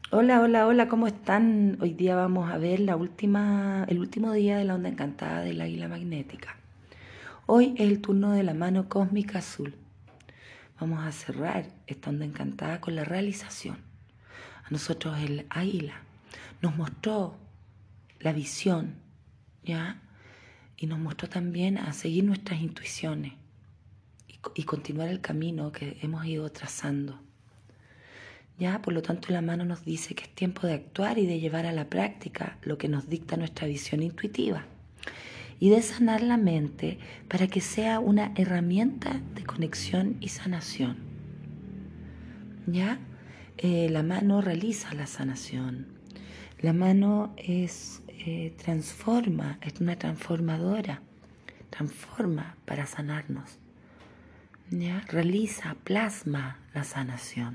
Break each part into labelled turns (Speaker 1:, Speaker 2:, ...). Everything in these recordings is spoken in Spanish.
Speaker 1: Hola, hola, hola, ¿cómo están? Hoy día vamos a ver el último día de la onda encantada del águila magnética. Hoy es el turno de la mano cósmica azul. Vamos a cerrar esta onda encantada con la realización. A nosotros el águila nos mostró la visión, ¿ya? Y nos mostró también a seguir nuestras intuiciones y continuar el camino que hemos ido trazando. Ya, por lo tanto, la mano nos dice que es tiempo de actuar y de llevar a la práctica lo que nos dicta nuestra visión intuitiva y de sanar la mente para que sea una herramienta de conexión y sanación. Ya, la mano realiza la sanación. La mano transforma, es una transformadora, transforma para sanarnos. Ya, realiza, plasma la sanación.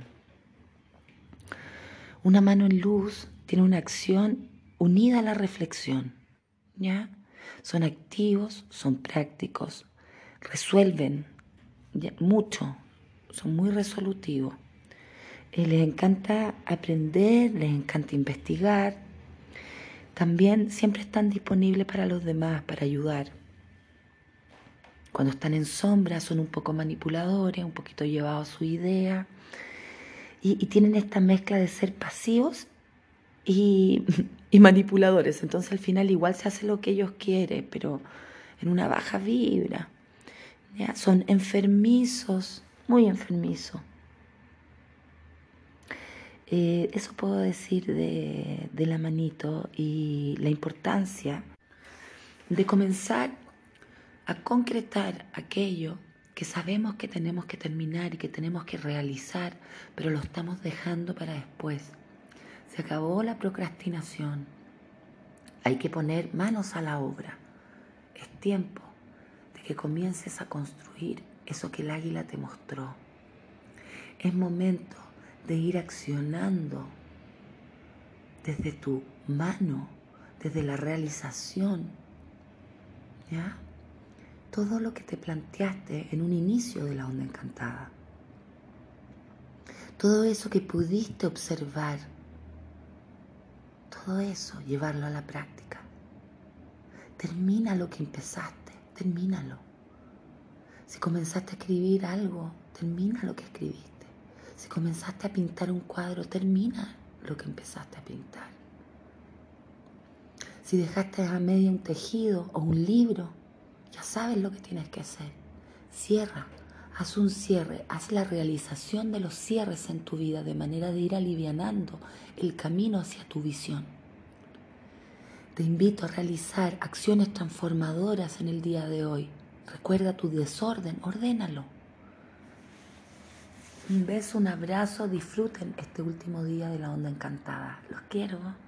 Speaker 1: Una mano en luz tiene una acción unida a la reflexión, ¿ya? Son activos, son prácticos, resuelven mucho, son muy resolutivos. Les encanta aprender, les encanta investigar. También siempre están disponibles para los demás, para ayudar. Cuando están en sombra son un poco manipuladores, un poquito llevados a su idea y tienen esta mezcla de ser pasivos y, y manipuladores. Entonces al final igual se hace lo que ellos quieren, pero en una baja vibra. ¿Ya? Son enfermizos, muy enfermizos. Eso puedo decir de la manito y la importancia de comenzar a concretar aquello que sabemos que tenemos que terminar y que tenemos que realizar, pero lo estamos dejando para después. Se acabó la procrastinación. Hay que poner manos a la obra. Es tiempo de que comiences a construir eso que el águila te mostró. Es momento de ir accionando desde tu mano, desde la realización, ¿ya? Todo lo que te planteaste en un inicio de la onda encantada. Todo eso que pudiste observar, todo eso llevarlo a la práctica. Termina lo que empezaste, termínalo. Si comenzaste a escribir algo, termina lo que escribiste. Si comenzaste a pintar un cuadro, termina lo que empezaste a pintar. Si dejaste a medio un tejido o un libro, ya sabes lo que tienes que hacer. Cierra, haz un cierre, haz la realización de los cierres en tu vida de manera de ir alivianando el camino hacia tu visión. Te invito a realizar acciones transformadoras en el día de hoy. Recuerda tu desorden, ordénalo. Un beso, un abrazo, disfruten este último día de la onda encantada. Los quiero.